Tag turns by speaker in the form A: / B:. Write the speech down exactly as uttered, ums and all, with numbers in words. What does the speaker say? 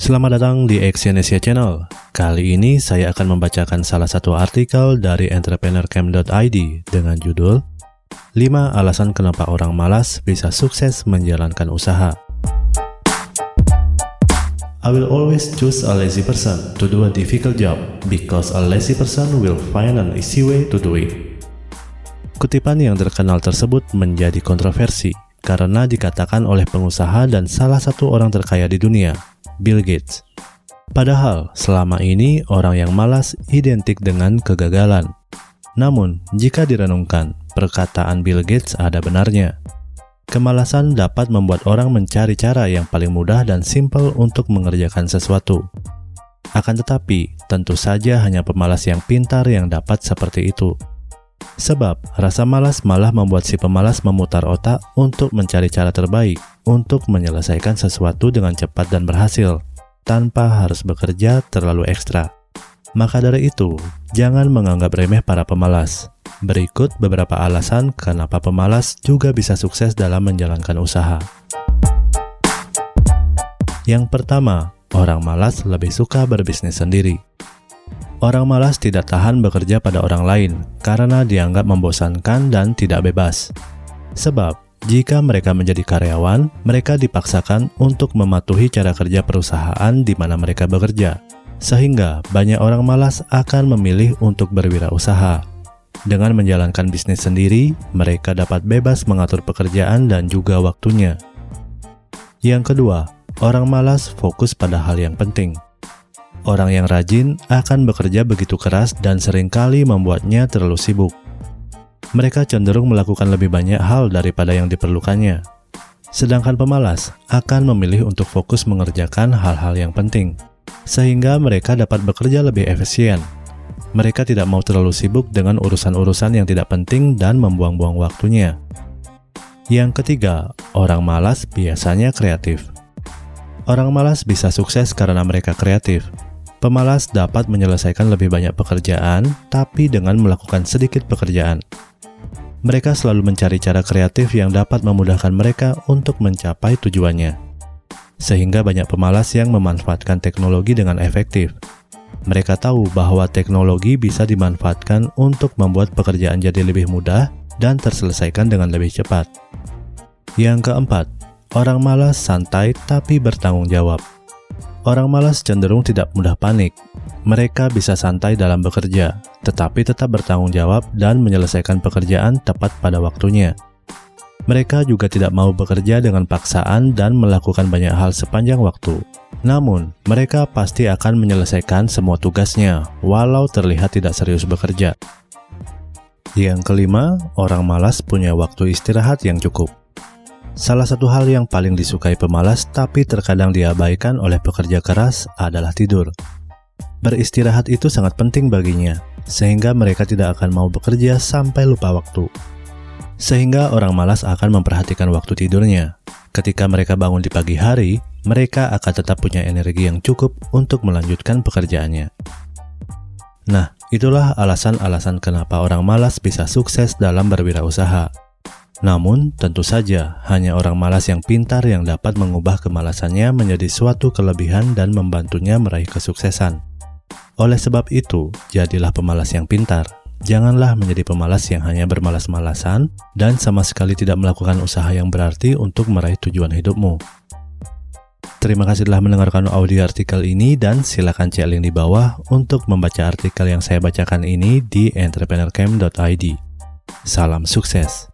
A: Selamat datang di Exyonesia Channel. Kali ini saya akan membacakan salah satu artikel dari entrepreneur camp dot i d dengan judul lima alasan kenapa orang malas bisa sukses menjalankan usaha. I will always choose a lazy person to do a difficult job because a lazy person will find an easy way to do it. Kutipan yang terkenal tersebut menjadi kontroversi karena dikatakan oleh pengusaha dan salah satu orang terkaya di dunia, Bill Gates. Padahal selama ini orang yang malas identik dengan kegagalan. Namun, jika direnungkan, perkataan Bill Gates ada benarnya. Kemalasan dapat membuat orang mencari cara yang paling mudah dan simpel untuk mengerjakan sesuatu. Akan tetapi, tentu saja hanya pemalas yang pintar yang dapat seperti itu. Sebab, rasa malas malah membuat si pemalas memutar otak untuk mencari cara terbaik untuk menyelesaikan sesuatu dengan cepat dan berhasil, tanpa harus bekerja terlalu ekstra. Maka dari itu, jangan menganggap remeh para pemalas. Berikut beberapa alasan kenapa pemalas juga bisa sukses dalam menjalankan usaha. Yang pertama, orang malas lebih suka berbisnis sendiri. Orang malas tidak tahan bekerja pada orang lain karena dianggap membosankan dan tidak bebas. Sebab, jika mereka menjadi karyawan, mereka dipaksakan untuk mematuhi cara kerja perusahaan di mana mereka bekerja. Sehingga banyak orang malas akan memilih untuk berwirausaha. Dengan menjalankan bisnis sendiri, mereka dapat bebas mengatur pekerjaan dan juga waktunya. Yang kedua, orang malas fokus pada hal yang penting. Orang yang rajin akan bekerja begitu keras dan seringkali membuatnya terlalu sibuk. Mereka cenderung melakukan lebih banyak hal daripada yang diperlukannya. Sedangkan pemalas akan memilih untuk fokus mengerjakan hal-hal yang penting, sehingga mereka dapat bekerja lebih efisien. Mereka tidak mau terlalu sibuk dengan urusan-urusan yang tidak penting dan membuang-buang waktunya. Yang ketiga, orang malas biasanya kreatif. Orang malas bisa sukses karena mereka kreatif. Pemalas dapat menyelesaikan lebih banyak pekerjaan, tapi dengan melakukan sedikit pekerjaan. Mereka selalu mencari cara kreatif yang dapat memudahkan mereka untuk mencapai tujuannya. Sehingga banyak pemalas yang memanfaatkan teknologi dengan efektif. Mereka tahu bahwa teknologi bisa dimanfaatkan untuk membuat pekerjaan jadi lebih mudah dan terselesaikan dengan lebih cepat. Yang keempat, orang malas santai tapi bertanggung jawab. Orang malas cenderung tidak mudah panik. Mereka bisa santai dalam bekerja, tetapi tetap bertanggung jawab dan menyelesaikan pekerjaan tepat pada waktunya. Mereka juga tidak mau bekerja dengan paksaan dan melakukan banyak hal sepanjang waktu. Namun, mereka pasti akan menyelesaikan semua tugasnya, walau terlihat tidak serius bekerja. Yang kelima, orang malas punya waktu istirahat yang cukup. Salah satu hal yang paling disukai pemalas tapi terkadang diabaikan oleh pekerja keras adalah tidur. Beristirahat itu sangat penting baginya, sehingga mereka tidak akan mau bekerja sampai lupa waktu. Sehingga orang malas akan memperhatikan waktu tidurnya. Ketika mereka bangun di pagi hari, mereka akan tetap punya energi yang cukup untuk melanjutkan pekerjaannya. Nah, itulah alasan-alasan kenapa orang malas bisa sukses dalam berwirausaha. Namun, tentu saja, hanya orang malas yang pintar yang dapat mengubah kemalasannya menjadi suatu kelebihan dan membantunya meraih kesuksesan. Oleh sebab itu, jadilah pemalas yang pintar. Janganlah menjadi pemalas yang hanya bermalas-malasan dan sama sekali tidak melakukan usaha yang berarti untuk meraih tujuan hidupmu. Terima kasih telah mendengarkan audio artikel ini dan silakan cek link di bawah untuk membaca artikel yang saya bacakan ini di entrepreneur camp dot i d. Salam sukses!